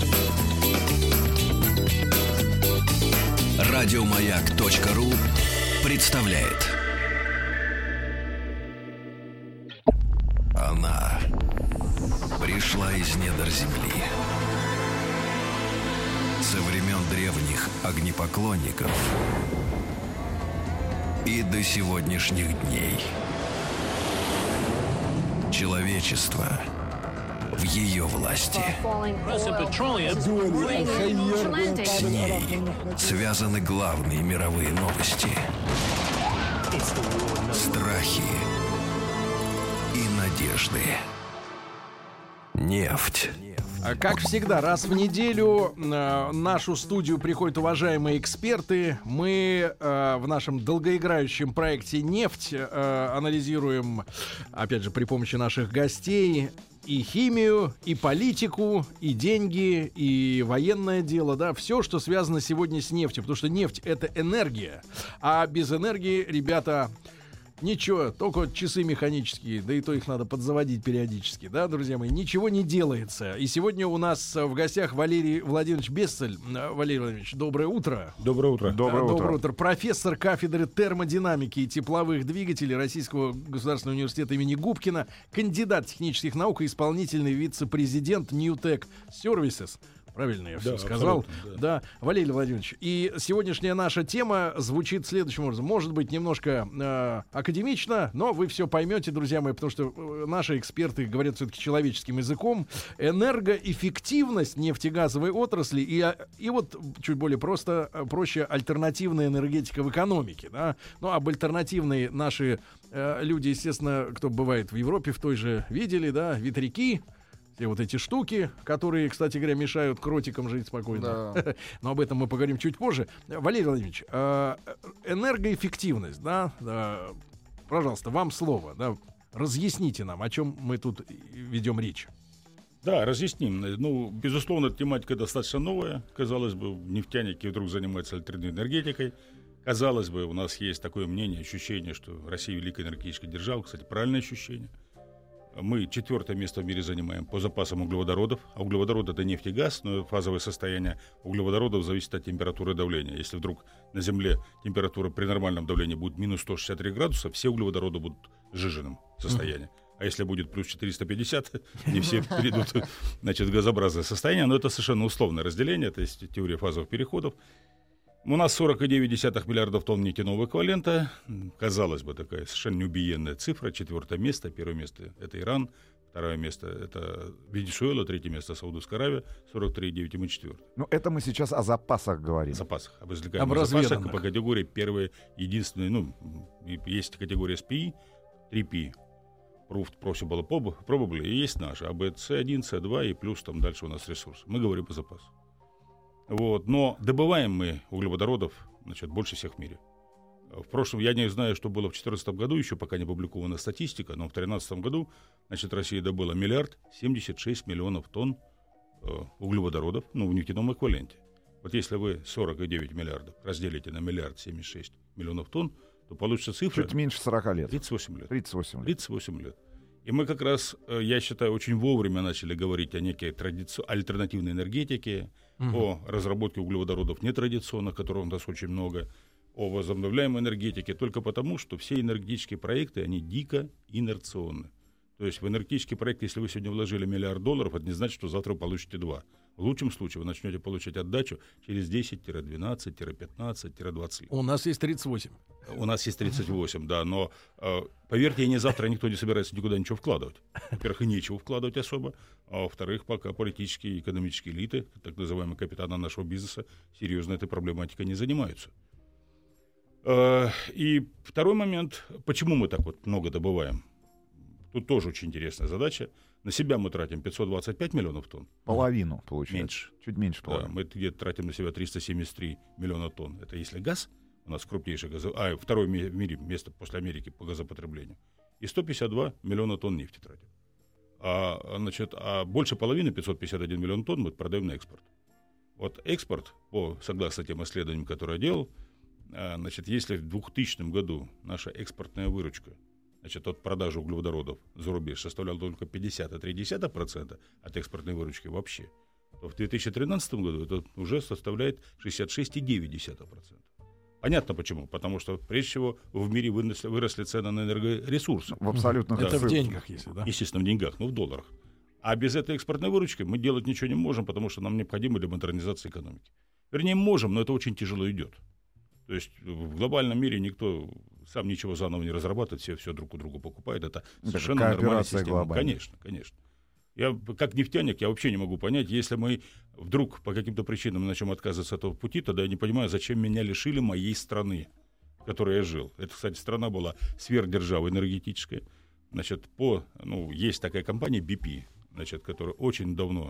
Радиомаяк.ру представляет. Она пришла из недр земли. Со времен древних огнепоклонников и до сегодняшних дней. Человечество в ее власти. С ней связаны главные мировые новости, страхи и надежды. Нефть. Как всегда, раз в неделю в нашу студию приходят уважаемые эксперты. Мы в нашем долгоиграющем проекте «Нефть» анализируем, опять же, при помощи наших гостей и химию, и политику, и деньги, и военное дело, да, все, что связано сегодня с нефтью, потому что нефть — это энергия, а без энергии, ребята, ничего, только часы механические, да и то их надо подзаводить периодически, да, друзья мои, ничего не делается. И сегодня у нас в гостях Валерий Владимирович Бесцель. Валерий Владимирович, доброе утро. Доброе утро. Доброе утро. Профессор кафедры термодинамики и тепловых двигателей Российского государственного университета имени Губкина, кандидат технических наук и исполнительный вице-президент Newtek Services. Правильно я все сказал. Да. Валерий Владимирович, и сегодняшняя наша тема звучит следующим образом. Может быть, немножко академично, но вы все поймете, друзья мои, потому что наши эксперты говорят все-таки человеческим языком. Энергоэффективность нефтегазовой отрасли и вот чуть более проще альтернативная энергетика в экономике. Да? Ну, об альтернативной наши люди, естественно, кто бывает в Европе, в той же видели, да, ветряки. Все вот эти штуки, которые, кстати говоря, мешают кротикам жить спокойно. Да. Но об этом мы поговорим чуть позже. Валерий Владимирович, энергоэффективность, да, пожалуйста, вам слово, да, разъясните нам, о чем мы тут ведем речь. Да, разъясним. Ну, безусловно, эта тематика достаточно новая. Казалось бы, нефтяники вдруг занимаются альтернативной энергетикой. Казалось бы, у нас есть такое мнение, ощущение, что Россия великая энергетическая держава. Кстати, правильное ощущение. Мы 4-е место в мире занимаем по запасам углеводородов. А углеводород — это нефть и газ, но фазовое состояние углеводородов зависит от температуры и давления. Если вдруг на Земле температура при нормальном давлении будет минус 163 градуса, все углеводороды будут в сжиженном состоянии. А если будет плюс 450, не все перейдут, значит, в газообразное состояние. Но это совершенно условное разделение, то есть теория фазовых переходов. У нас 49,9 миллиардов тонн нефтяного эквивалента. Казалось бы, такая совершенно неубиенная цифра. 4-е место. 1-е место — это Иран. 2-е место — это Венесуэла. 3-е место — Саудовская Аравия. 43,9, и мы 4-е. Ну, это мы сейчас о запасах говорим. О запасах. Об извлекаемых запасах по категории первые, единственные. Ну, есть категория SPI, 3P. Proved Possible Probable. И есть наши. АБ, С1, С2 и плюс там дальше у нас ресурсы. Мы говорим о запасах. Вот. Но добываем мы углеводородов, значит, больше всех в мире. В прошлом, я не знаю, что было в 2014 году, еще пока не опубликована статистика, но в 2013 году, значит, Россия добыла 1 076 000 000 тонн углеводородов, ну, в нефтяном эквиваленте. Вот если вы 49 миллиардов разделите на 1 076 000 000 тонн, то получится цифра... Чуть меньше 40 лет. 38 лет. 38 лет. И мы как раз, я считаю, очень вовремя начали говорить о некой альтернативной энергетике, о разработке углеводородов нетрадиционных, которых у нас очень много, о возобновляемой энергетике, только потому, что все энергетические проекты, они дико инерционны. То есть в энергетический проект, если вы сегодня вложили $1 миллиард, это не значит, что завтра вы получите 2. В лучшем случае вы начнете получать отдачу через 10-12-15-20 лет. У нас есть 38. У нас есть 38, да, но, поверьте, не завтра никто не собирается никуда ничего вкладывать. Во-первых, и нечего вкладывать особо, а во-вторых, пока политические и экономические элиты, так называемые капитаны нашего бизнеса, серьезно этой проблематикой не занимаются. И второй момент, почему мы так вот много добываем? Тут тоже очень интересная задача. На себя мы тратим 525 миллионов тонн. Половину, получается. Меньше. Чуть меньше половины. Да, мы где-то тратим на себя 373 миллиона тонн. Это если газ, у нас крупнейший второе в мире место после Америки по газопотреблению. И 152 миллиона тонн нефти тратим. А больше половины, 551 миллион тонн, мы продаем на экспорт. Вот экспорт, согласно тем исследованиям, которые я делал, значит, если в 2000 году наша экспортная выручка, значит, от продажи углеводородов за рубеж составляла только 50,3% от экспортной выручки вообще, то в 2013 году это уже составляет 66,9%. Понятно почему. Потому что, прежде всего, в мире выросли цены на энергоресурсы. В абсолютных Это в цифрах. деньгах, если, да? Естественно, в деньгах, но в долларах. А без этой экспортной выручки мы делать ничего не можем, потому что нам необходимо для модернизации экономики. Вернее, можем, но это очень тяжело идет. То есть в глобальном мире никто сам ничего заново не разрабатывает, все друг у друга покупают. Это совершенно нормальная система. Глобальная. Конечно. Я, как нефтяник, я вообще не могу понять, если мы вдруг по каким-то причинам начнем отказываться от этого пути, тогда я не понимаю, зачем меня лишили моей страны, в которой я жил. Это, кстати, страна была сверхдержава энергетическая. Значит, есть такая компания BP, значит, которая очень давно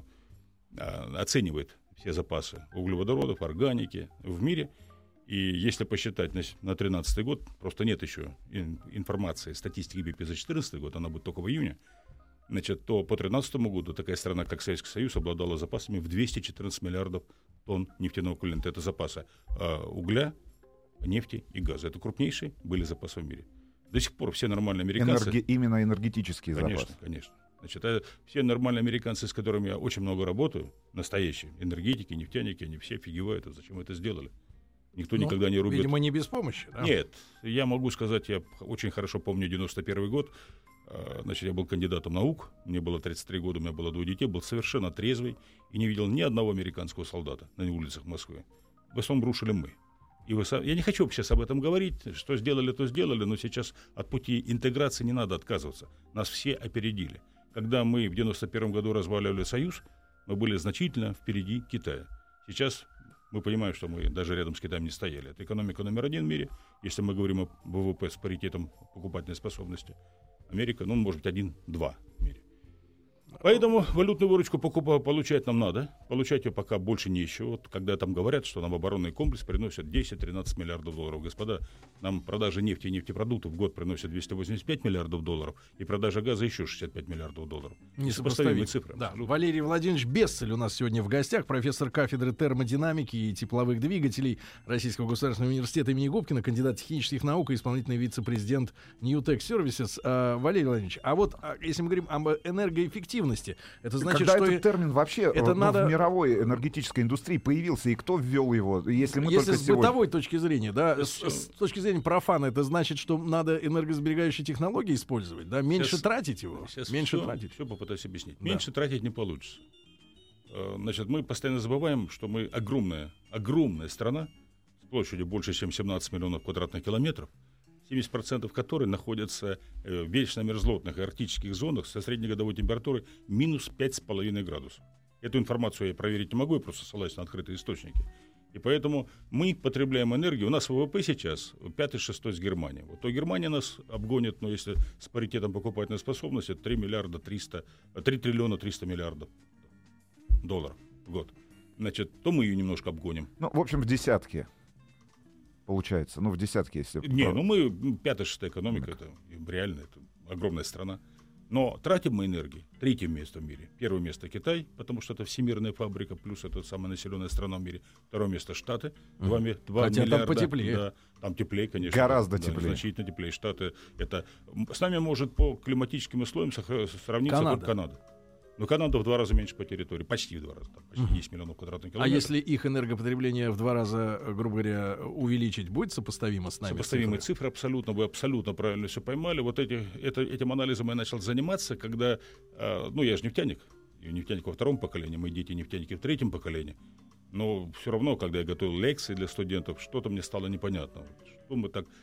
оценивает все запасы углеводородов, органики в мире. И если посчитать на 2013 год, просто нет еще информации, статистики BP за 2014 год, она будет только в июне, значит, то по 2013 году такая страна, как Советский Союз, обладала запасами в 214 миллиардов тонн нефтяного эквивалента. Это запасы угля, нефти и газа. Это крупнейшие были запасы в мире. До сих пор все нормальные американцы... Именно энергетические запасы. Конечно. Значит, все нормальные американцы, с которыми я очень много работаю, настоящие энергетики, нефтяники, они все офигевают, зачем вы это сделали. Никто никогда не рубит. Видимо, не без помощи, да? Нет, я могу сказать, я очень хорошо помню 91 год. Значит, я был кандидатом наук, мне было 33 года, у меня было 2 детей, был совершенно трезвый и не видел ни одного американского солдата на улицах Москвы. В основном рушили мы. Я не хочу сейчас об этом говорить, что сделали, то сделали, но сейчас от пути интеграции не надо отказываться. Нас все опередили. Когда мы в 91 году разваливали Союз, мы были значительно впереди Китая. Сейчас мы понимаем, что мы даже рядом с Китаем не стояли. Это экономика номер 1 в мире, если мы говорим о ВВП с паритетом покупательной способности. Америка, может быть, 1-2 в мире. Поэтому валютную выручку получать нам надо. Получать ее пока больше нечего. Вот когда там говорят, что нам оборонный комплекс приносит 10-13 миллиардов долларов. Господа, нам продажа нефти и нефтепродуктов в год приносит 285 миллиардов долларов, и продажа газа еще 65 миллиардов долларов. Несопоставимые цифры. Да. Валерий Владимирович Бесцель у нас сегодня в гостях, профессор кафедры термодинамики и тепловых двигателей Российского государственного университета имени Губкина, кандидат технических наук и исполнительный вице-президент Newtek Services. Валерий Владимирович, а вот если мы говорим об энергоэффективности, это значит, когда что этот термин вообще это надо... в мировой энергетической индустрии появился, и кто ввел его? Если с бытовой точки зрения, да, с точки зрения профана, это значит, что надо энергосберегающие технологии использовать, да, меньше тратить его, меньше тратить. Все попытаюсь объяснить. Да. Меньше тратить не получится. Значит, мы постоянно забываем, что мы огромная страна с площадью больше, чем 17 миллионов квадратных километров, 70% которой находятся в вечно мерзлотных и арктических зонах со среднегодовой температурой минус 5,5 градусов. Эту информацию я проверить не могу, я просто ссылаюсь на открытые источники. И поэтому мы потребляем энергию. У нас ВВП сейчас 5-6 с Германией. Вот то Германия нас обгонит, но если с паритетом покупательной способности, 3 триллиона 300 миллиардов долларов в год. Значит, то мы ее немножко обгоним. В общем, в десятки. Получается, в десятки, если... мы 5-6 экономика, это реально, это огромная страна. Но тратим мы энергии. 3-е место в мире. 1-е место Китай, потому что это всемирная фабрика, плюс это самая населенная страна в мире. 2-е место Штаты, 2 Хотя миллиарда. Там потеплее. Да, там теплее, конечно. Гораздо теплее. Значительно теплее. Штаты, с нами может по климатическим условиям сравниться только Канада. Но Канада в 2 раза меньше по территории, почти в 2 раза, почти 10 миллионов квадратных километров. А если их энергопотребление в 2 раза, грубо говоря, увеличить, будет сопоставимо с нами? Сопоставимые цифры абсолютно, вы абсолютно правильно все поймали. Вот этим анализом я начал заниматься, когда, я же нефтяник, и нефтяник во 2-м поколении, мои дети нефтяники в 3-м поколении. Но все равно, когда я готовил лекции для студентов, что-то мне стало непонятно. Что мы так,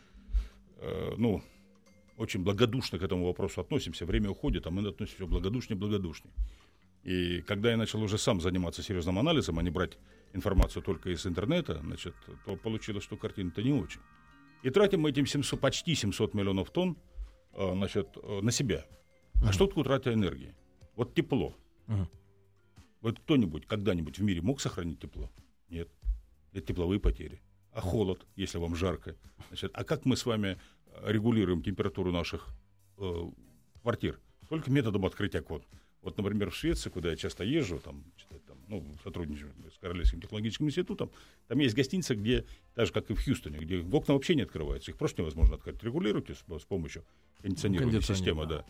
очень благодушно к этому вопросу относимся. Время уходит, а мы относимся все благодушнее. И когда я начал уже сам заниматься серьезным анализом, а не брать информацию только из интернета, то получилось, что картина-то не очень. И тратим мы этим почти 700 миллионов тонн на себя. А что такое трата энергии? Вот тепло. Вот кто-нибудь когда-нибудь в мире мог сохранить тепло? Нет. Это тепловые потери. А холод, если вам жарко? А как мы с вами регулируем температуру наших квартир? Только методом открытия окон. Вот, например, в Швеции, куда я часто езжу, сотрудничаю с Королевским технологическим институтом, там есть гостиницы, где, так же как и в Хьюстоне, где окна вообще не открываются. Их просто невозможно открыть. Регулируйте с помощью кондиционирования системы, да.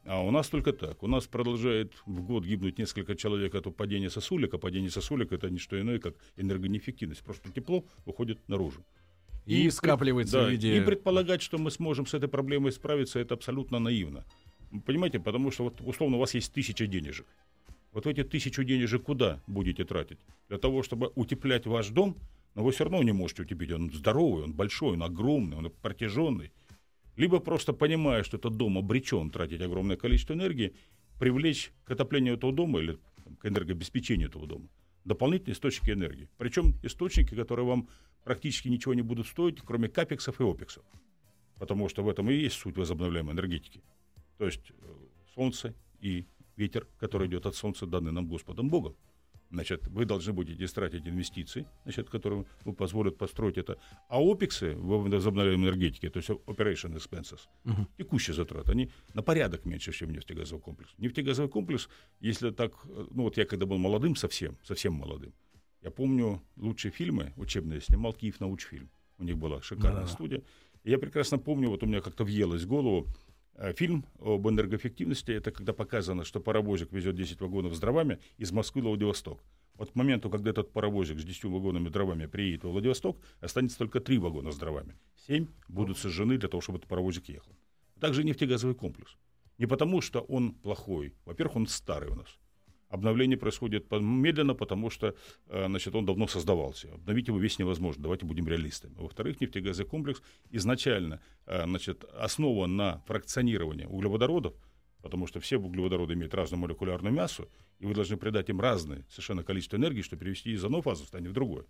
А у нас только так. У нас продолжает в год гибнуть несколько человек от падения сосулек, а падение сосулек — это не что иное, как энергонеэффективность. Просто тепло выходит наружу. И скапливается в виде... И предполагать, что мы сможем с этой проблемой справиться, это абсолютно наивно. Понимаете, потому что, вот, условно, у вас есть 1000 денежек. Вот эти 1000 денежек куда будете тратить? Для того, чтобы утеплять ваш дом, но вы все равно не можете утеплить. Он здоровый, он большой, он огромный, он протяженный. Либо просто понимая, что этот дом обречен тратить огромное количество энергии, привлечь к отоплению этого дома или к энергообеспечению этого дома дополнительные источники энергии. Причем источники, которые вам практически ничего не будут стоить, кроме капексов и опексов. Потому что в этом и есть суть возобновляемой энергетики. То есть солнце и ветер, который идет от солнца, даны нам Господом Богом. Значит, вы должны будете тратить инвестиции, значит, которые позволят построить это. А опексы в возобновляемой энергетике, то есть operation expenses, текущие затраты, они на порядок меньше, чем нефтегазовый комплекс. Нефтегазовый комплекс, если так, ну вот я когда был молодым совсем молодым, я помню лучшие фильмы учебные снимал Киев Научфильм. У них была шикарная студия. И я прекрасно помню, вот у меня как-то въелось в голову фильм об энергоэффективности. Это когда показано, что паровозик везет 10 вагонов с дровами из Москвы в Владивосток. Вот к моменту, когда этот паровозик с 10 вагонами дровами приедет во Владивосток, останется только 3 вагона с дровами. 7 будут сожжены для того, чтобы этот паровозик ехал. Также нефтегазовый комплекс. Не потому, что он плохой. Во-первых, он старый у нас. Обновление происходит медленно, потому что значит, он давно создавался. Обновить его весь невозможно. Давайте будем реалистами. Во-вторых, нефтегазовый комплекс изначально значит, основан на фракционировании углеводородов, потому что все углеводороды имеют разную молекулярную массу, и вы должны придать им разное совершенно количество энергии, чтобы перевести из одной фазы в стане в другую.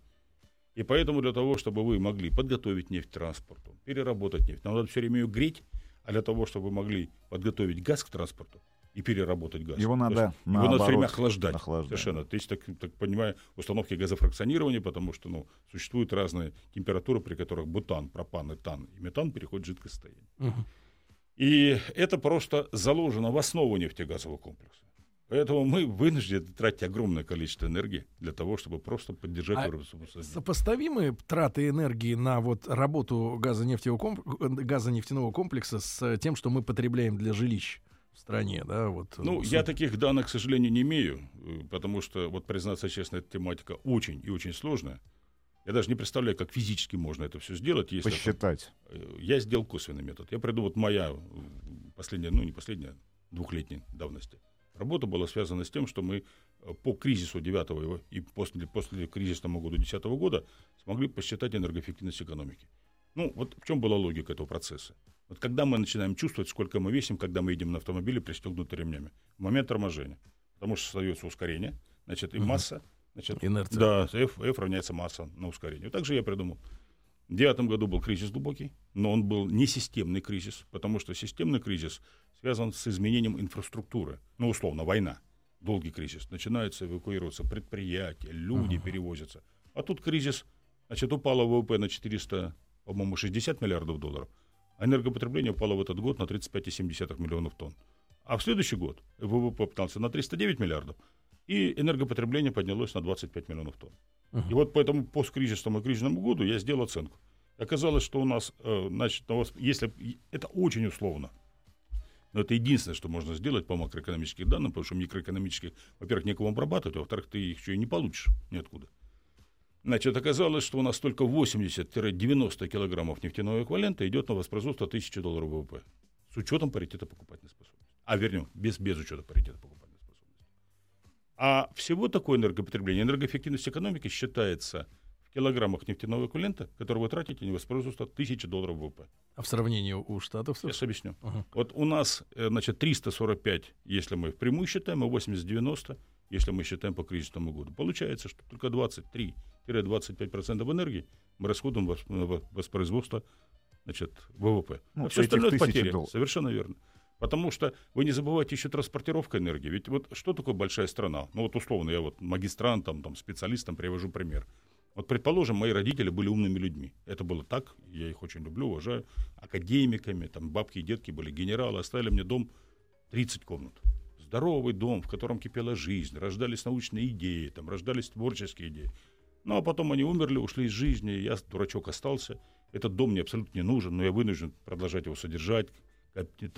И поэтому для того, чтобы вы могли подготовить нефть к транспорту, переработать нефть, нам надо все время ее греть, а для того, чтобы вы могли подготовить газ к транспорту, и переработать газ. Его надо все время охлаждать. Совершенно. То есть, так понимаю, установки газофракционирования, потому что существуют разные температуры, при которых бутан, пропан, этан и метан переходят в жидкое состояние. И это просто заложено в основу нефтегазового комплекса. Поэтому мы вынуждены тратить огромное количество энергии для того, чтобы просто поддержать выработку. Сопоставимы траты энергии на вот работу газонефтяного комплекса с тем, что мы потребляем для жилищ в стране, да, вот. Я таких данных, к сожалению, не имею, потому что, вот признаться честно, эта тематика очень и очень сложная. Я даже не представляю, как физически можно это все сделать. Если посчитать. Я сделал косвенный метод. Я приду, вот моя последняя, не последняя, 2-летней давности. Работа была связана с тем, что мы по кризису 9-го и после кризисного года 2010 года смогли посчитать энергоэффективность экономики. Вот в чем была логика этого процесса? Вот когда мы начинаем чувствовать, сколько мы весим, когда мы едем на автомобиле, пристегнуты ремнями, в момент торможения, потому что создается ускорение, значит, и масса, значит, инерция. Да, F равняется масса на ускорение. Вот так же я придумал. В 2009 году был кризис глубокий, но он был не системный кризис, потому что системный кризис связан с изменением инфраструктуры. Условно, война, долгий кризис. Начинаются эвакуироваться предприятия, люди перевозятся. А тут кризис, значит, упало ВВП на 400, по-моему, 60 миллиардов долларов, а энергопотребление упало в этот год на 35,7 миллионов тонн. А в следующий год ВВП поднялся на 309 миллиардов, и энергопотребление поднялось на 25 миллионов тонн. И вот по этому посткризисному и кризисному году я сделал оценку. Оказалось, что у нас, если это очень условно, но это единственное, что можно сделать по макроэкономическим данным, потому что микроэкономических, во-первых, некого обрабатывать, а во-вторых, ты их еще и не получишь ниоткуда. Значит, оказалось, что у нас только 80-90 килограммов нефтяного эквивалента идет на воспроизводство $1000 ВВП. С учетом паритета покупательной способности. Без учета паритета покупательной способности. А всего такое энергопотребление, энергоэффективность экономики считается в килограммах нефтяного эквивалента, который вы тратите на воспроизводство $1000 ВВП. А в сравнении у Штатов? Сейчас объясню. Вот у нас, 345, если мы впрямую считаем, и 80-90, если мы считаем по кризисному году. Получается, что только 23-25% энергии мы расходуем на воспроизводство, ВВП. А все остальное — это потери. Совершенно верно. Потому что вы не забывайте еще транспортировка энергии. Ведь вот что такое большая страна? Условно, я магистрантом, специалистом привожу пример. Вот, предположим, мои родители были умными людьми. Это было так, я их очень люблю, уважаю. Академиками, бабки и дедки были генералы, оставили мне дом 30 комнат. Здоровый дом, в котором кипела жизнь, рождались научные идеи, рождались творческие идеи. А потом они умерли, ушли из жизни, я, дурачок, остался. Этот дом мне абсолютно не нужен, но я вынужден продолжать его содержать,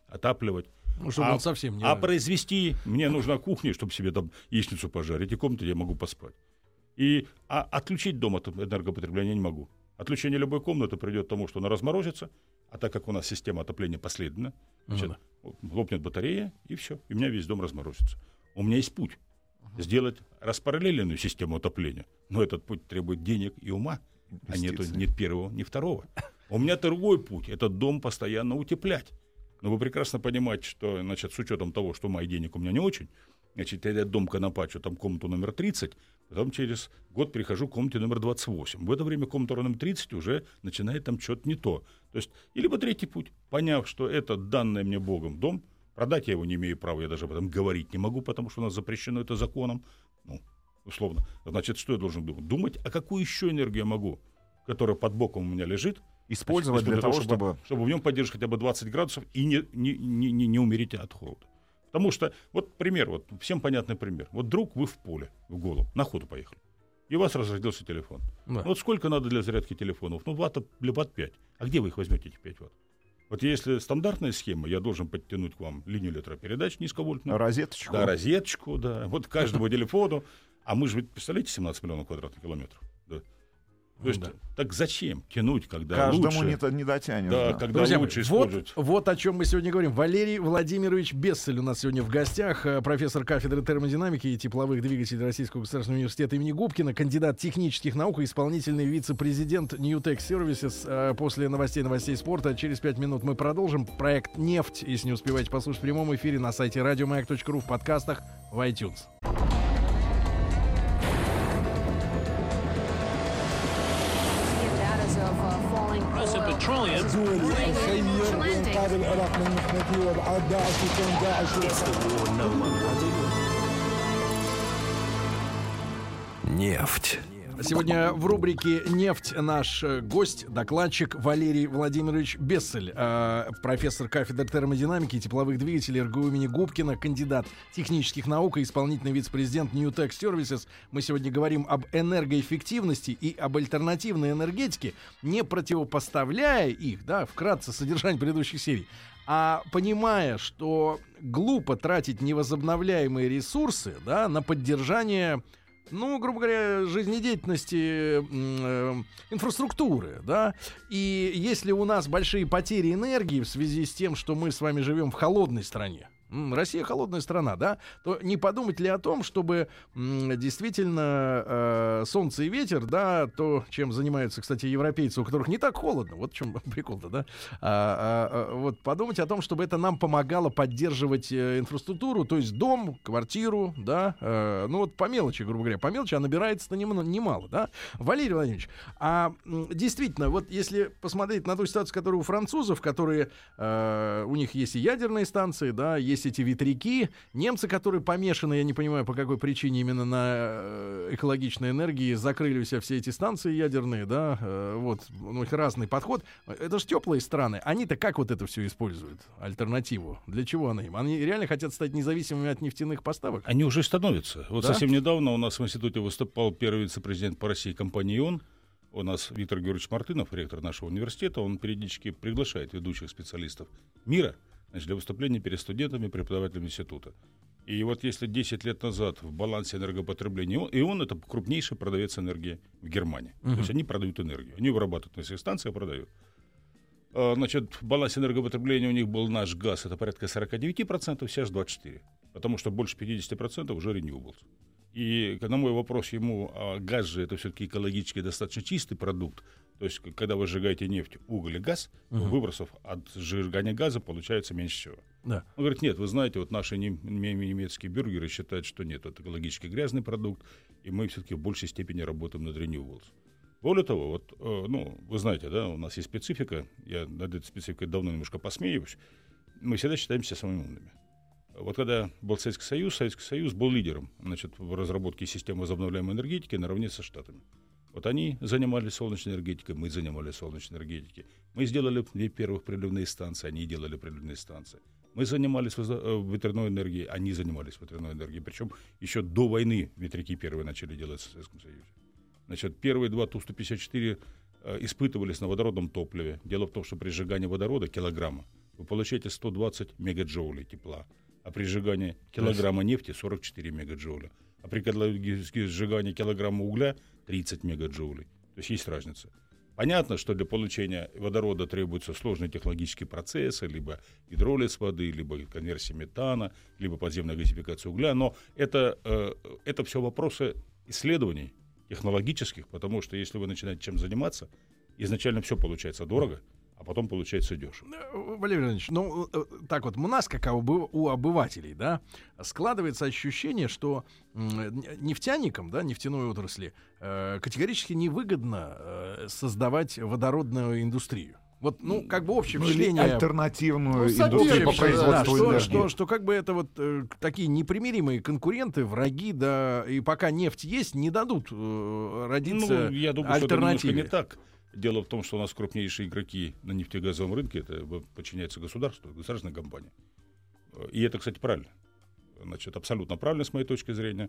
отапливать. Ну, чтобы он совсем не... А произвести, мне нужна кухня, чтобы себе там яичницу пожарить, и комнату я могу поспать. А отключить дом от энергопотребления я не могу. Отключение любой комнаты придет к тому, что она разморозится, а так как у нас система отопления последовательна, значит, лопнет батарея, и все, и у меня весь дом разморозится. У меня есть путь сделать распараллеленную систему отопления, но этот путь требует денег и ума, а нету ни первого, ни второго. У меня другой путь — этот дом постоянно утеплять. Но вы прекрасно понимаете, что, значит, с учетом того, что ума и денег у меня не очень, значит, я этот дом конопачу, там комнату номер 30, потом через год перехожу к комнате номер 28. В это время комната номер 30 уже начинает там что-то не то. То есть, либо третий путь, поняв, что это данный мне Богом дом, продать я его не имею права, я даже об этом говорить не могу, потому что у нас запрещено это законом, ну, условно. Значит, что я должен думать? Думать, а какую еще энергию я могу, которая под боком у меня лежит, использовать для того, чтобы в нем поддерживать хотя бы 20 градусов и не умереть от холода. Потому что, вот пример, вот всем понятный пример. Вот вдруг вы в поле, в голом, на охоту поехали, и у вас разрядился телефон. Да. Вот сколько надо для зарядки телефонов? Ну, ватт 5. А где вы их возьмете, эти 5 ватт? Вот если стандартная схема, я должен подтянуть к вам линию электропередач низковольтную. Розеточку. Да, розеточку, да. Вот каждому телефону. А мы же, представляете, 17 миллионов квадратных километров. Да. То есть, так зачем тянуть, когда каждому лучше... не дотянешь. Да, Да. когда Друзья, лучше использовать. Вот о чем мы сегодня говорим. Валерий Владимирович Бессель у нас сегодня в гостях, профессор кафедры термодинамики и тепловых двигателей Российского государственного университета имени Губкина, кандидат технических наук и исполнительный вице-президент New Tech Services. После новостей спорта через 5 минут мы продолжим. Проект «Нефть», если не успеваете послушать в прямом эфире, на сайте radiomayak.ru, в подкастах, в iTunes. Нефть. Сегодня в рубрике «Нефть» наш гость, докладчик Валерий Владимирович Бессель, профессор кафедры термодинамики и тепловых двигателей РГУ имени Губкина, кандидат технических наук и исполнительный вице-президент New Tech Services. Мы сегодня говорим об энергоэффективности и об альтернативной энергетике, не противопоставляя их, да, вкратце содержание предыдущих серий, а понимая, что глупо тратить невозобновляемые ресурсы, да, на поддержание, ну, грубо говоря, жизнедеятельности инфраструктуры, да, и если у нас большие потери энергии в связи с тем, что мы с вами живем в холодной стране, Россия холодная страна, да, то не подумать ли о том, чтобы действительно солнце и ветер, да, то, чем занимаются, кстати, европейцы, у которых не так холодно, вот в чем прикол-то, да, вот подумать о том, чтобы это нам помогало поддерживать инфраструктуру, то есть дом, квартиру, да, ну вот по мелочи, грубо говоря, по мелочи, а набирается-то немало, да. Валерий Владимирович, действительно, вот если посмотреть на ту ситуацию, которая у французов, которые, у них есть и ядерные станции, да, есть эти ветряки, немцы, которые помешаны, я не понимаю, по какой причине именно на экологичной энергии, закрыли у себя все эти станции ядерные, да, вот, у них разный подход. Это же теплые страны, они-то как вот это все используют, альтернативу? Для чего она им? Они реально хотят стать независимыми от нефтяных поставок? Они уже становятся. Вот да? Совсем недавно у нас в институте выступал первый вице-президент по России компании «ИОН». У нас Виктор Георгиевич Мартынов, ректор нашего университета, он периодически приглашает ведущих специалистов мира, значит, для выступления перед студентами и преподавателями института. И вот если 10 лет назад в балансе энергопотребления ИОН — это крупнейший продавец энергии в Германии. То есть они продают энергию. Они вырабатывают на своих станциях, продают. Значит, в балансе энергопотребления у них был наш газ, это порядка 49%, сейчас 24%. Потому что больше 50% уже renewables. И на мой вопрос ему, газ же это все-таки экологически достаточно чистый продукт, то есть когда вы сжигаете нефть, уголь и газ, выбросов от сжигания газа получается меньше всего. Да. Он говорит, нет, вы знаете, вот наши немецкие бюргеры считают, что нет, это экологически грязный продукт, и мы все-таки в большей степени работаем над renewables. Более того, вот, вы знаете, да, у нас есть специфика, я над этой спецификой давно немножко посмеиваюсь, мы всегда считаемся самыми умными. Вот когда был Советский Союз был лидером, значит, в разработке системы возобновляемой энергетики наравне со Штатами. Вот они занимались солнечной энергетикой, мы занимались солнечной энергетикой. Мы сделали 2 первых приливные станции, они делали приливные станции. Мы занимались ветряной энергией, они занимались ветряной энергией. Причем еще до войны ветряки первые начали делать в Советском Союзе. Значит, первые 2 Ту-154 испытывались на водородном топливе. Дело в том, что при сжигании водорода, килограмма, вы получаете 120 мегаджоулей тепла, а при сжигании килограмма нефти 44 мегаджоуля, а при сжигании килограмма угля 30 мегаджоулей. То есть есть разница. Понятно, что для получения водорода требуются сложные технологические процессы, либо гидролиз воды, либо конверсия метана, либо подземная газификация угля, но это все вопросы исследований технологических, потому что если вы начинаете чем заниматься, изначально все получается дорого, а потом получается дешево. Валерий Владимирович, ну, так вот, у нас, как у обывателей, да, складывается ощущение, что нефтяникам, да, нефтяной отрасли, категорически невыгодно создавать водородную индустрию. Вот, ну, как бы общее впечатление... альтернативную индустрию по производству энергии. Что как бы это вот такие непримиримые конкуренты, враги, да, и пока нефть есть, не дадут родиться я думаю, альтернативе. Что это немножко не так. Дело в том, что у нас крупнейшие игроки на нефтегазовом рынке, это подчиняется государству, государственной компании. И это, кстати, правильно. Значит, абсолютно правильно с моей точки зрения.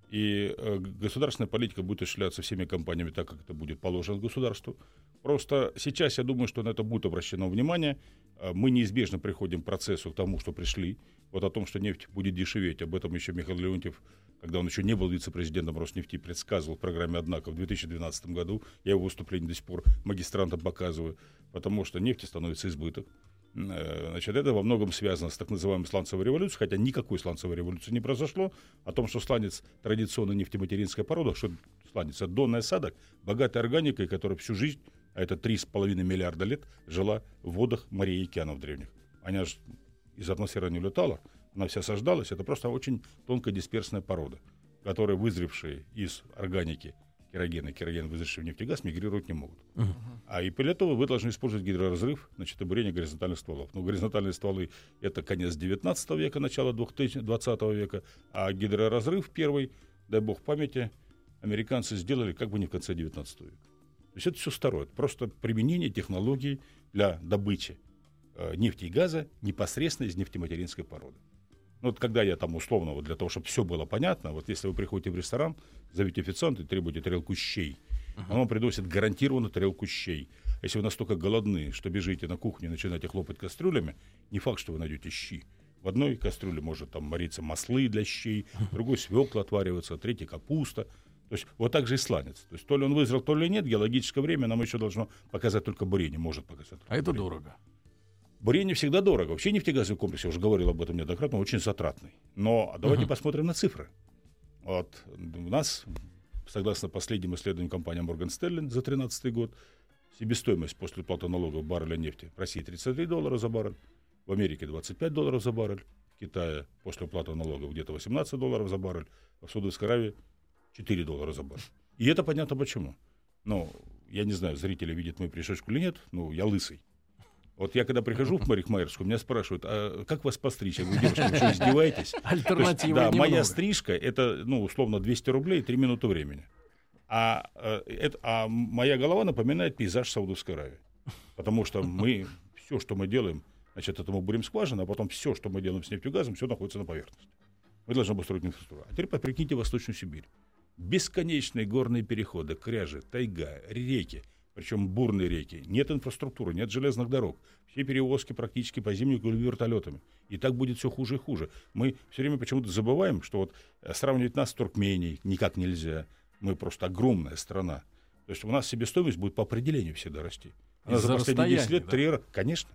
И государственная политика будет осуществляться всеми компаниями так, как это будет положено государству. Просто сейчас я думаю, что на это будет обращено внимание. Мы неизбежно приходим к процессу, к тому, что пришли. Вот о том, что нефть будет дешеветь, об этом еще Михаил Леонтьев, когда он еще не был вице-президентом Роснефти, предсказывал в программе «Однако» в 2012 году. Я его выступление до сих пор магистрантам показываю, потому что нефти становится избыток. Значит, это во многом связано с так называемой сланцевой революцией, хотя никакой сланцевой революции не произошло. О том, что сланец — традиционная нефтематеринская порода, что сланец — это донный осадок, богатая органикой, которая всю жизнь, а это 3,5 миллиарда лет, жила в водах морей и океанов древних. Она же из атмосферы не улетала, она вся осаждалась. Это просто очень тонкая дисперсная порода, которая, вызревшие из органики кероген, вызревший в нефтегаз, мигрировать не могут. А и для этого вы должны использовать гидроразрыв, значит, и бурение горизонтальных стволов. Но горизонтальные стволы — это конец 19 века, начало 20 века, а гидроразрыв первый, дай бог памяти, американцы сделали как бы не в конце 19 века. То есть это все старое. Это просто применение технологий для добычи нефти и газа непосредственно из нефтематеринской породы. Ну, вот когда я там условно, вот для того, чтобы все было понятно, вот если вы приходите в ресторан, зовите официанта и требуете тарелку щей, он вам приносит гарантированно тарелку щей. Если вы настолько голодны, что бежите на кухню и начинаете хлопать кастрюлями, не факт, что вы найдете щи. В одной кастрюле может там вариться маслы для щей, в другой свекла отвариваться, третья капуста. То есть вот так же и сланец. То есть то ли он вызрел, то ли нет, геологическое время нам еще должно показать только бурение, может показать. А это дорого. Бурение всегда дорого. Вообще нефтегазовый комплекс, я уже говорил об этом неоднократно, очень затратный. Но давайте посмотрим на цифры. Вот у нас, согласно последним исследованиям компании Morgan Stanley за 2013 год, себестоимость после уплаты налогов барреля нефти в России $33 за баррель, в Америке $25 за баррель, в Китае после уплаты налогов где-то $18 за баррель, а в Саудовской Аравии $4 за баррель. И это понятно почему. Ну, я не знаю, зрители видят мою пришечку или нет, но я лысый. Вот я когда прихожу в парикмахерскую, меня спрашивают, а как вас постричь? Я говорю, девушка, вы что, издеваетесь? Альтернатива да, немного. моя стрижка, это, ну, условно, 200 рублей и 3 минуты времени. А моя голова напоминает пейзаж Саудовской Аравии. Потому что все, что мы делаем, значит, это мы бурим скважины, а потом все, что мы делаем с нефтью и газом, все находится на поверхности. Мы должны обустроить инфраструктуру. А теперь прикиньте Восточную Сибирь. Бесконечные горные переходы, кряжи, тайга, реки. Причем бурные реки. Нет инфраструктуры, нет железных дорог. Все перевозки практически по зимнику или вертолетами. И так будет все хуже и хуже. Мы все время почему-то забываем, что вот сравнивать нас с Туркменией никак нельзя. Мы просто огромная страна. То есть у нас себестоимость будет по определению всегда расти. Она за последние 10 лет 3 раза. Конечно.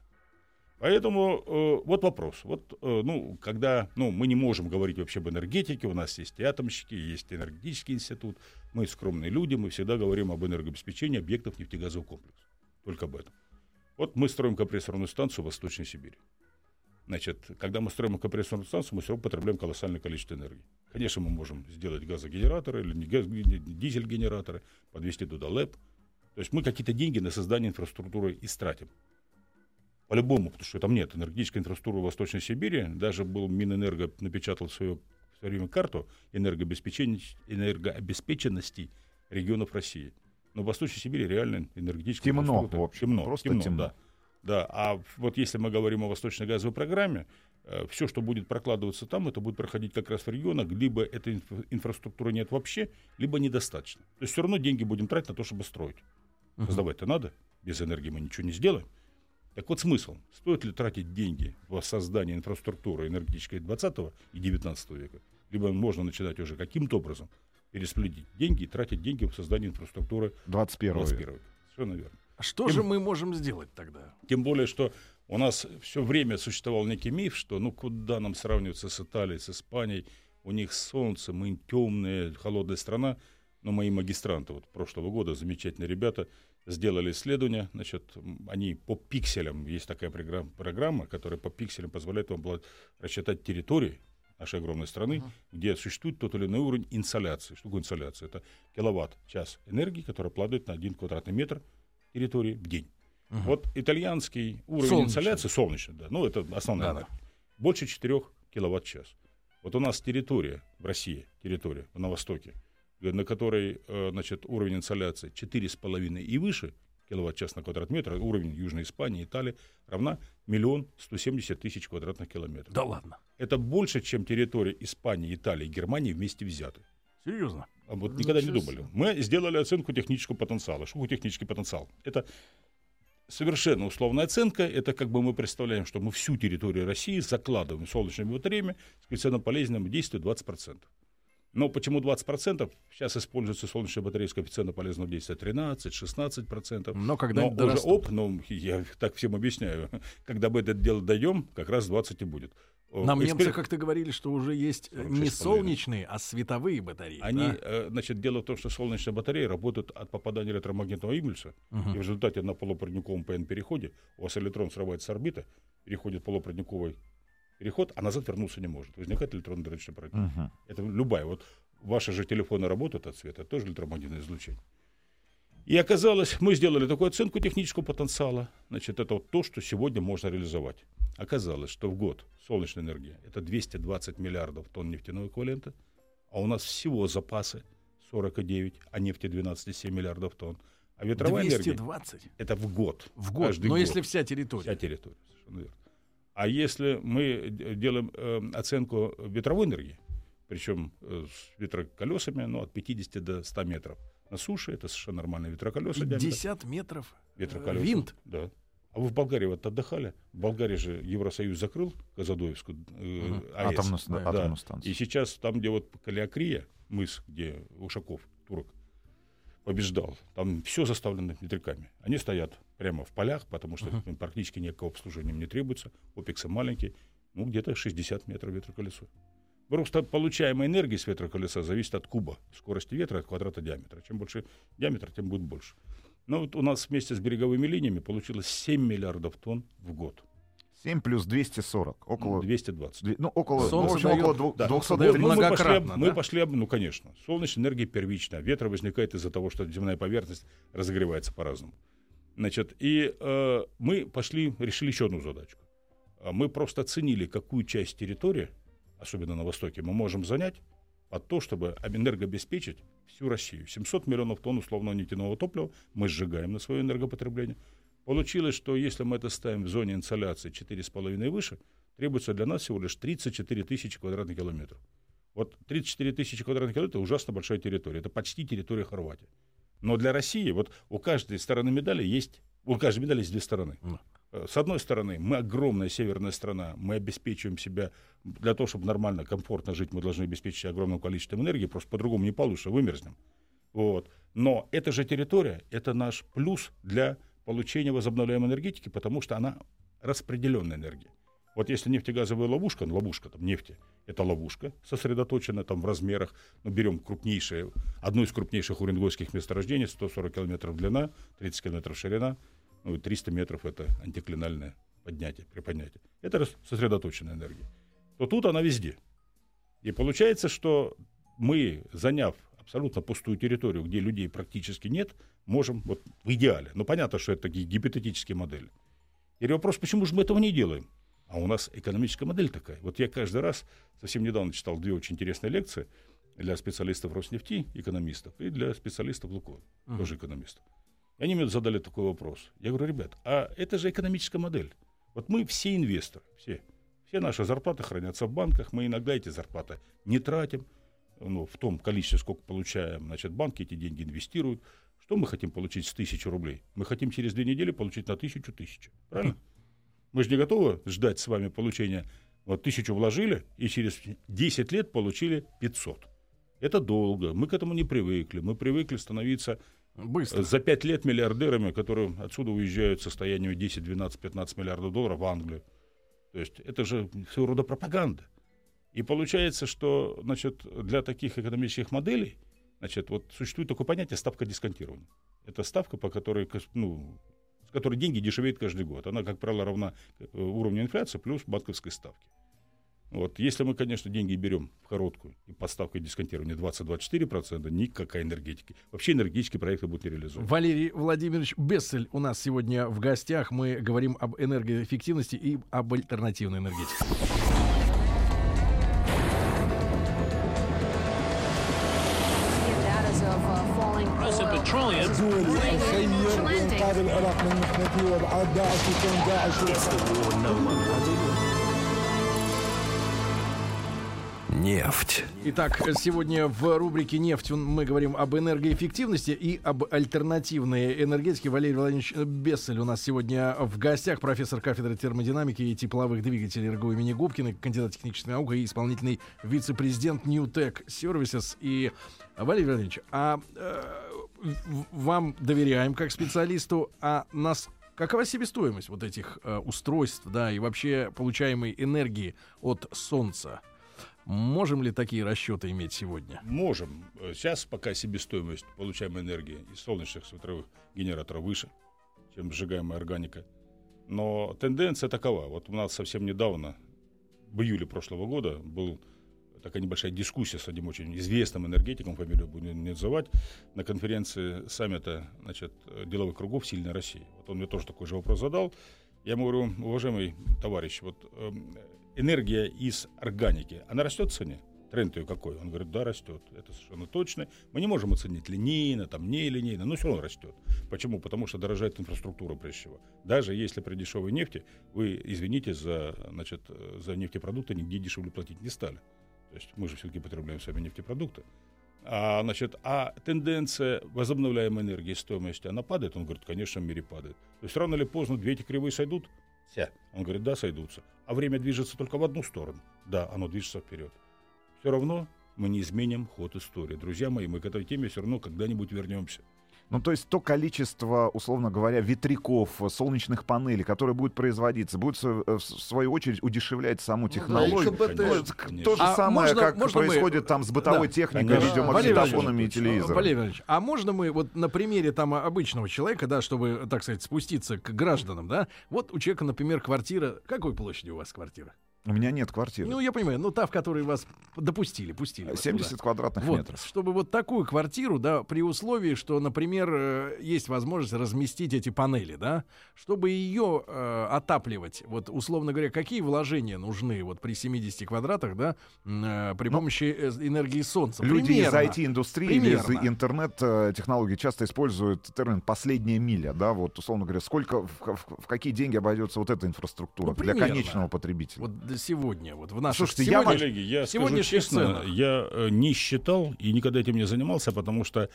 Поэтому вот вопрос. Вот, когда мы не можем говорить вообще об энергетике, у нас есть и атомщики, есть энергетический институт, мы скромные люди, мы всегда говорим об энергообеспечении объектов нефтегазового комплекса. Только об этом. Вот мы строим компрессорную станцию в Восточной Сибири. Значит, когда мы строим компрессорную станцию, мы все равно потребляем колоссальное количество энергии. Конечно, мы можем сделать газогенераторы или дизель-генераторы, подвести туда ЛЭП. То есть мы какие-то деньги на создание инфраструктуры истратим. По-любому, потому что там нет энергетической инфраструктуры в Восточной Сибири. Даже был Минэнерго напечатал в свое время карту энергообеспеченности регионов России. Но в Восточной Сибири реально энергетическая инфраструктура. Темно, в общем. Темно, просто темно. темно. Да. А вот если мы говорим о Восточной газовой программе, все, что будет прокладываться там, это будет проходить как раз в регионах, либо этой инфраструктуры нет вообще, либо недостаточно. То есть все равно деньги будем тратить на то, чтобы строить. Создавать-то надо. Без энергии мы ничего не сделаем. Так вот смысл. Стоит ли тратить деньги в создание инфраструктуры энергетической 20 и 19 века? Либо можно начинать уже каким-то образом перераспределить деньги и тратить деньги в создание инфраструктуры 21 21 века. века. Совершенно верно. А что же мы можем сделать тогда? Тем более, что у нас все время существовал некий миф, что ну куда нам сравниваться с Италией, с Испанией, у них солнце, мы темная, холодная страна. Но мои магистранты вот прошлого года, замечательные ребята, сделали исследование. Значит, они по пикселям, есть такая программа, которая по пикселям позволяет вам рассчитать территории нашей огромной страны, где существует тот или иной уровень инсоляции. Что такое инсоляция? Это киловатт-час энергии, которая падает на 1 квадратный метр территории в день. Вот итальянский уровень инсоляции, солнечный, да, ну это основная энергия, больше 4 киловатт-час. Вот у нас территория в России, территория на востоке, на которой, значит, уровень инсоляции 4,5 и выше киловатт-час на квадратный метр, уровень Южной Испании, Италии, равна 1 170 000 квадратных километров. Да ладно. Это больше, чем территория Испании, Италии и Германии вместе взяты. Серьезно? А вот никогда не думали. Мы сделали оценку технического потенциала. Что такое технический потенциал? Это совершенно условная оценка. Это как бы мы представляем, что мы всю территорию России закладываем солнечными батареями с коэффициентом полезного действия 20%. Но почему 20%? Сейчас используется солнечная батарея с коэффициентом полезного действия 13-16%. Но когда-нибудь уже дорастут. я так всем объясняю, когда мы это дело дойдем, как раз 20 и будет. Нам немцы как-то говорили, что уже есть не солнечные, а световые батареи. Они, значит, дело в том, что солнечные батареи работают от попадания электромагнитного импульса, и в результате на полупроводниковом ПН-переходе у вас электрон срывается с орбиты, переходит в полупроводниковый переход, а назад вернуться не может. Возникает электронно-датчик проводник. Это любая. Вот ваши же телефоны работают от света, это тоже электромагнитное излучение. И оказалось, мы сделали такую оценку технического потенциала. Значит, это вот то, что сегодня можно реализовать. Оказалось, что в год солнечная энергия — это 220 миллиардов тонн нефтяного эквивалента, а у нас всего запасы 49, а нефти 12,7 миллиардов тонн. А ветровая 220? энергия — это в год. В год, но год. если вся территория. Вся территория, совершенно верно. А если мы делаем оценку ветровой энергии, причем с ветроколесами, от 50 до 100 метров на суше, это совершенно нормальные ветроколеса. 50 метров ветроколеса. Винт? Да. А вы в Болгарии вот отдыхали? В Болгарии же Евросоюз закрыл Казадоевскую АЭС. Атомную станцию. И сейчас там, где вот Калиакрия, мыс, где Ушаков, турок, побеждал, там все заставлено ветряками. Они стоят прямо в полях, потому что им практически никакого обслуживания не требуется. Опексы маленькие, где-то 60 метров ветроколесо. Просто получаемая энергия с ветроколеса зависит от куба скорости ветра, от квадрата диаметра. Чем больше диаметр, тем будет больше. Но вот у нас вместе с береговыми линиями получилось 7 миллиардов тонн в год. 7 плюс 240. Около 220. Около, Солнце около дает, 200. дает многократно, мы пошли, конечно. Солнечная энергия первичная. Ветра возникает из-за того, что земная поверхность разогревается по-разному. Значит, и мы решили еще одну задачку. Мы просто оценили, какую часть территории, особенно на Востоке, мы можем занять под то, чтобы энергообеспечить всю Россию. 700 миллионов тонн условного нефтяного топлива мы сжигаем на свое энергопотребление. Получилось, что если мы это ставим в зоне инсоляции 4,5 и выше, требуется для нас всего лишь 34 тысячи квадратных километров. Вот 34 тысячи квадратных километров — это ужасно большая территория. Это почти территория Хорватии. Но для России вот у каждой стороны медали есть, у каждой медали есть две стороны. С одной стороны, мы огромная северная страна, мы обеспечиваем себя, для того, чтобы нормально, комфортно жить, мы должны обеспечить огромным количеством энергии, просто по-другому не получится, вымерзнем. Вот. Но эта же территория, это наш плюс для получения возобновляемой энергетики, потому что она распределенная энергия. Вот если нефтегазовая ловушка там нефти, это ловушка сосредоточена там в размерах, берем крупнейшее, одно из крупнейших уренгойских месторождений, 140 километров длина, 30 километров ширина, 300 метров — это антиклинальное приподнятие. Это сосредоточенная энергия. То тут она везде. И получается, что мы, заняв абсолютно пустую территорию, где людей практически нет, можем, вот в идеале, понятно, что это такие гипотетические модели. И вопрос, почему же мы этого не делаем? А у нас экономическая модель такая. Вот я каждый раз, совсем недавно читал 2 очень интересные лекции для специалистов Роснефти, экономистов, и для специалистов Лукойла, тоже экономистов. И они мне задали такой вопрос. Я говорю, ребят, а это же экономическая модель. Вот мы все инвесторы, все наши зарплаты хранятся в банках, мы иногда эти зарплаты не тратим, в том количестве, сколько получаем, банки эти деньги инвестируют, Что мы хотим получить с 1000 рублей? Мы хотим через 2 недели получить на 1000. Правильно? Мы же не готовы ждать с вами получения. Вот 1000 вложили, и через 10 лет получили 500. Это долго. Мы к этому не привыкли. Мы привыкли становиться Быстро. за 5 лет миллиардерами, которые отсюда уезжают в состоянии 10, 12, 15 миллиардов долларов в Англию. То есть это же своего рода пропаганда. И получается, что, значит, для таких экономических моделей, значит, вот существует такое понятие ставка дисконтирования. Это ставка, по которой, с которой деньги дешевеют каждый год. Она, как правило, равна уровню инфляции плюс банковской ставки. Вот. Если мы, конечно, деньги берем в короткую и под ставкой дисконтирования 20-24%, никакая энергетика. Вообще энергетические проекты будут не реализованы. Валерий Владимирович Бессель у нас сегодня в гостях. Мы говорим об энергоэффективности и об альтернативной энергетике. Нефть. Итак, сегодня в рубрике «Нефть» мы говорим об энергоэффективности и об альтернативной энергетике. Валерий Владимирович Бессель у нас сегодня в гостях, профессор кафедры термодинамики и тепловых двигателей РГУ имени Губкина, кандидат технических наук и исполнительный вице-президент Newtek Services. И, Валерий Владимирович, вам доверяем как специалисту, какова себестоимость вот этих устройств, да, и вообще получаемой энергии от Солнца? Можем ли такие расчеты иметь сегодня? Можем. Сейчас пока себестоимость получаемой энергии из солнечных ветровых генераторов выше, чем сжигаемая органика. Но тенденция такова. Вот у нас совсем недавно, в июле прошлого года, была такая небольшая дискуссия с одним очень известным энергетиком, фамилию буду не называть, на конференции саммита, значит, деловых кругов «Сильной России». Вот он мне тоже такой же вопрос задал. Я ему говорю: уважаемый товарищ, вот энергия из органики, она растет в цене? Тренд ее какой? Он говорит: да, растет. Это совершенно точно. Мы не можем оценить линейно, там, не линейно, но все равно растет. Почему? Потому что дорожает инфраструктура, прежде всего. Даже если при дешевой нефти вы, извините, за нефтепродукты нигде дешевле платить не стали. То есть мы же все-таки потребляем сами нефтепродукты. А тенденция возобновляемой энергии, стоимости, она падает? Он говорит: конечно, в мире падает. То есть рано или поздно две эти кривые сойдут? Он говорит: да, сойдутся. А время движется только в одну сторону. Да, оно движется вперед. Все равно мы не изменим ход истории. Друзья мои, мы к этой теме все равно когда-нибудь вернемся. Ну, то есть то количество, условно говоря, ветряков, солнечных панелей, которые будут производиться, будет в свою очередь удешевлять саму технологию. То же самое, как происходит там с бытовой техникой, видеомагнитофонами и телевизором. Валерий Владимирович, а можно мы вот на примере там обычного человека, да, чтобы, так сказать, спуститься к гражданам, да, вот у человека, например, квартира, какой площади у вас квартира? У меня нет квартиры. Ну, я понимаю, та, в которой вас пустили. 70 квадратных метров. Чтобы вот такую квартиру, да, при условии, что, например, есть возможность разместить эти панели, да, чтобы ее отапливать, вот, условно говоря, какие вложения нужны вот при 70 квадратах, да, при помощи энергии солнца? Люди из IT-индустрии или из интернет-технологий часто используют термин «последняя миля», да, вот, условно говоря, сколько, в какие деньги обойдется вот эта инфраструктура для конечного потребителя? Вот сегодня, вот в нашем... Слушайте, коллеги, я скажу честно, я не считал и никогда этим не занимался, потому что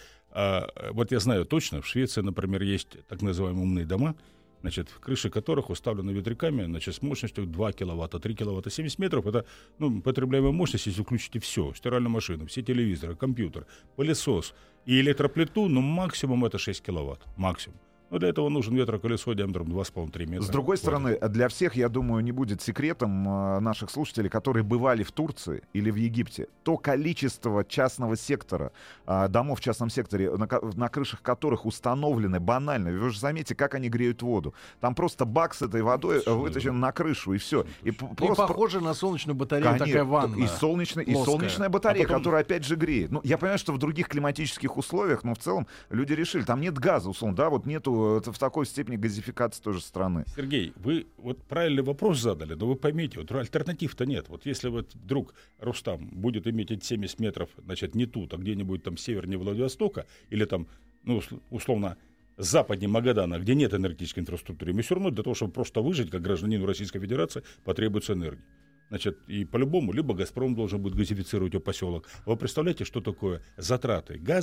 вот я знаю точно, в Швеции, например, есть так называемые умные дома, значит, крыши которых уставлены ветряками, значит, с мощностью 2 киловатта, 3 киловатта, 70 метров. Это, потребляемая мощность, если включите все, стиральную машину, все телевизоры, компьютер, пылесос и электроплиту, максимум это 6 киловатт, максимум. Но для этого нужен ветроколесо диаметром 2,5-3 метра. С другой стороны, для всех, я думаю, не будет секретом наших слушателей, которые бывали в Турции или в Египте, то количество частного сектора, домов в частном секторе, на крышах которых установлены банально, вы же заметите, как они греют воду. Там просто бак с этой водой вытащен на крышу, и все. И похоже на солнечную батарею, конечно, такая ванна. И солнечная батарея, которая опять же греет. Я понимаю, что в других климатических условиях, но в целом люди решили, там нет газа, условно, да, вот нету в такой степени газификации тоже страны. Сергей, вы вот правильный вопрос задали, но вы поймите, вот альтернатив-то нет. Вот если вот вдруг Рустам будет иметь эти 70 метров, значит, не тут, а где-нибудь там севернее Владивостока, или там, условно, западнее Магадана, где нет энергетической инфраструктуры, мы все равно для того, чтобы просто выжить, как гражданину Российской Федерации, потребуется энергия. Значит, и по-любому, либо «Газпром» должен будет газифицировать его поселок. Вы представляете, что такое затраты газа,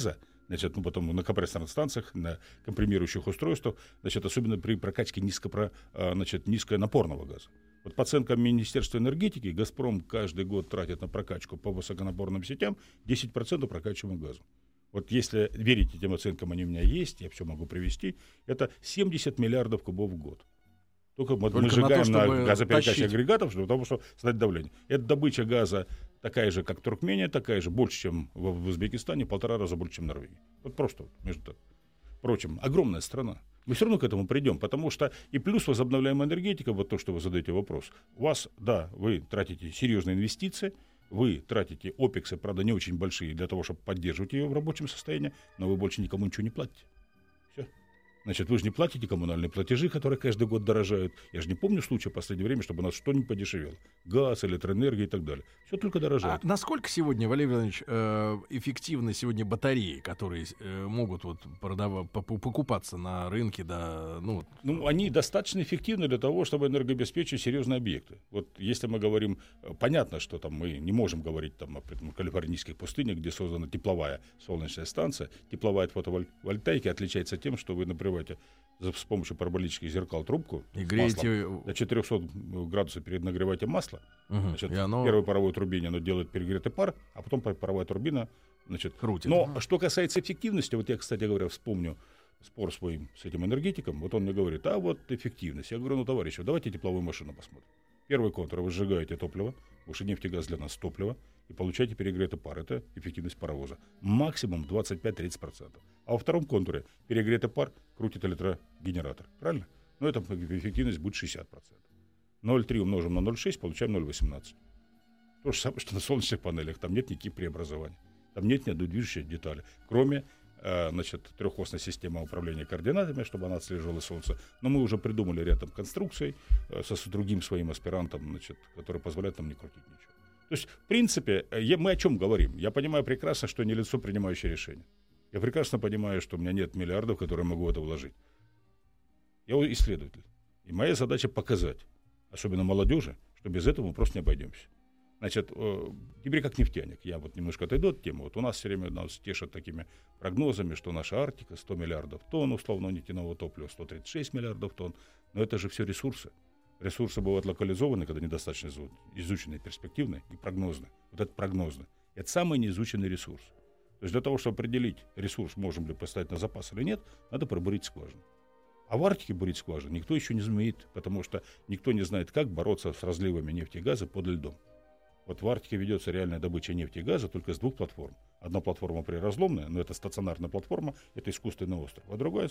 Значит, потом на компрессорных станциях, на компримирующих устройствах, значит, особенно при прокачке низконапорного газа. Вот по оценкам Министерства энергетики, «Газпром» каждый год тратит на прокачку по высоконапорным сетям 10% прокачиваемого газа. Вот если верить этим оценкам, они у меня есть, я все могу привести, это 70 миллиардов кубов в год. Только мы сжигаем на газоперекачке агрегатов, потому что снять давление. Эта добыча газа такая же, как в Туркмении, такая же, больше, чем в Узбекистане, 1,5 раза больше, чем в Норвегии. Вот просто между прочим, огромная страна. Мы все равно к этому придем, потому что и плюс возобновляемая энергетика, вот то, что вы задаете вопрос, у вас, да, вы тратите серьезные инвестиции, вы тратите опексы, правда, не очень большие, для того, чтобы поддерживать ее в рабочем состоянии, но вы больше никому ничего не платите. Все. Значит, вы же не платите коммунальные платежи, которые каждый год дорожают. Я же не помню случая в последнее время, чтобы у нас что-нибудь подешевело. Газ, электроэнергия и так далее. Все только дорожает. А насколько сегодня, Валерий Владимирович, эффективны сегодня батареи, которые могут покупаться на рынке? Да, они достаточно эффективны для того, чтобы энергообеспечить серьезные объекты. Вот если мы говорим, понятно, что там мы не можем говорить там, о калифорнийских пустынях, где создана тепловая солнечная станция. Тепловая от фотовольтайки отличается тем, что вы, например, с помощью параболических зеркал трубку и греете до 400 градусов перед нагреванием масла. Значит, в первой паровой турбине оно делает перегретый пар, а потом паровая турбина, значит, крутит. Но что касается эффективности, вот я, кстати говоря, вспомню спор свой с этим энергетиком, вот он мне говорит, а вот эффективность. Я говорю, товарищи, давайте тепловую машину посмотрим. Первый контур, вы сжигаете топливо, потому что нефть и газ для нас топливо, и получаете перегретый пар. Это эффективность паровоза. Максимум 25-30%. А во втором контуре перегретый пар крутит электрогенератор. Правильно? Но эта эффективность будет 60%. 0,3 умножим на 0,6, получаем 0,18. То же самое, что на солнечных панелях. Там нет никаких преобразований. Там нет ни одной движущей детали. Кроме трехосной системы управления координатами, чтобы она отслеживала Солнце. Но мы уже придумали ряд конструкций с другим своим аспирантом, который позволяет нам не крутить ничего. То есть, в принципе, мы о чем говорим? Я понимаю прекрасно, что не лицо, принимающее решение. Я прекрасно понимаю, что у меня нет миллиардов, которые я могу в это вложить. Я исследователь. И моя задача показать, особенно молодежи, что без этого мы просто не обойдемся. Значит, теперь как нефтяник. Я вот немножко отойду от темы. Вот у нас все время нас тешат такими прогнозами, что наша Арктика 100 миллиардов тонн условно нефтяного топлива, 136 миллиардов тонн. Но это же все ресурсы. Ресурсы бывают локализованы, когда недостаточно изучены, перспективны и прогнозны. Вот это прогнозно. Это самый неизученный ресурс. То есть для того, чтобы определить ресурс, можем ли поставить на запас или нет, надо пробурить скважину. А в Арктике бурить скважину никто еще не умеет, потому что никто не знает, как бороться с разливами нефти и газа под льдом. Вот в Арктике ведется реальная добыча нефти и газа только с двух платформ. Одна платформа приразломная, но это стационарная платформа, это искусственный остров. А другая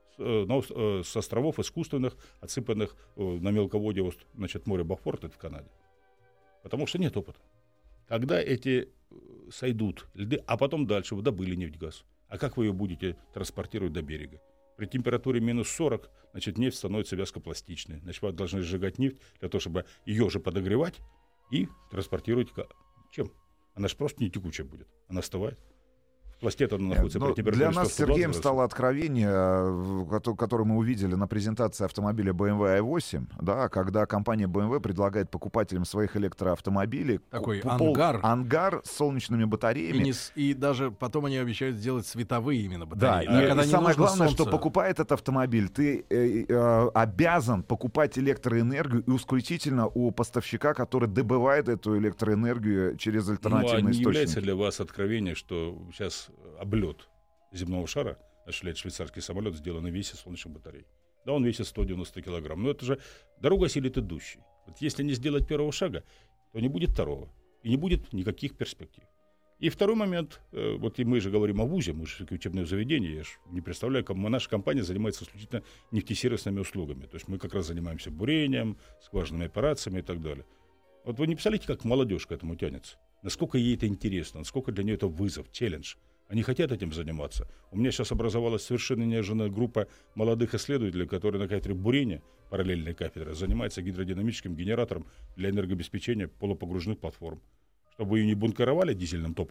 с островов искусственных, отсыпанных на мелководье море Бохфорд, это в Канаде. Потому что нет опыта. Когда эти сойдут льды, а потом дальше вы добыли нефть-газ. А как вы ее будете транспортировать до берега? При температуре минус 40, нефть становится вязкопластичной. Значит, вы должны сжигать нефть для того, чтобы ее же подогревать и транспортировать. Чем? Она же просто не текучая будет. Она остывает. В пласте она находится при температуре. Для нас с Сергеем стало откровение, которое мы увидели на презентации автомобиля BMW i8, да, когда компания BMW предлагает покупателям своих электроавтомобилей такой ангар с солнечными батареями. И даже потом они обещают сделать световые именно батареи. Да, и самое главное, что покупает этот автомобиль, ты обязан покупать электроэнергию и исключительно у поставщика, который добывает эту электроэнергию через альтернативные источники. Не является для вас откровение, что сейчас облет земного шара осуществляет швейцарский самолет, сделанный весит солнечных батарей. Да, он весит 190 килограмм. Но это же дорога осилит идущий. Вот если не сделать первого шага, то не будет второго. И не будет никаких перспектив. И второй момент. Вот и мы же говорим о ВУЗе, мы же учебное заведение. Я же не представляю, как наша компания занимается исключительно нефтесервисными услугами. То есть мы как раз занимаемся бурением, скважинными операциями и так далее. Вот вы не представляете, как молодежь к этому тянется. Насколько ей это интересно, насколько для нее это вызов, челлендж. Они хотят этим заниматься. У меня сейчас образовалась совершенно неожиданная группа молодых исследователей, которые на кафедре бурения, параллельной кафедре, занимаются гидродинамическим генератором для энергообеспечения полупогруженных платформ. Чтобы ее не бункеровали дизельным топливом,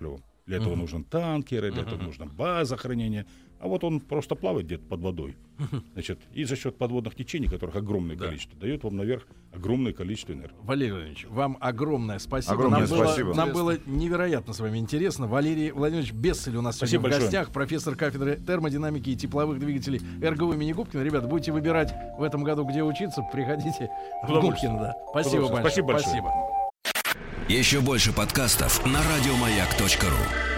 Для этого нужен танкер, для этого нужна база хранения. А вот он просто плавает где-то под водой. Значит, и за счет подводных течений, которых огромное количество, дает вам наверх огромное количество энергии. Валерий Владимирович, вам огромное спасибо. Огромное спасибо. Нам было невероятно с вами интересно. Валерий Владимирович Бессель у нас сегодня в гостях, профессор кафедры термодинамики и тепловых двигателей РГУ имени Губкина. Ребята, будете выбирать в этом году, где учиться, приходите в Губкино. Да. Спасибо большое. Спасибо большое. Еще больше подкастов на радиомаяк.ру.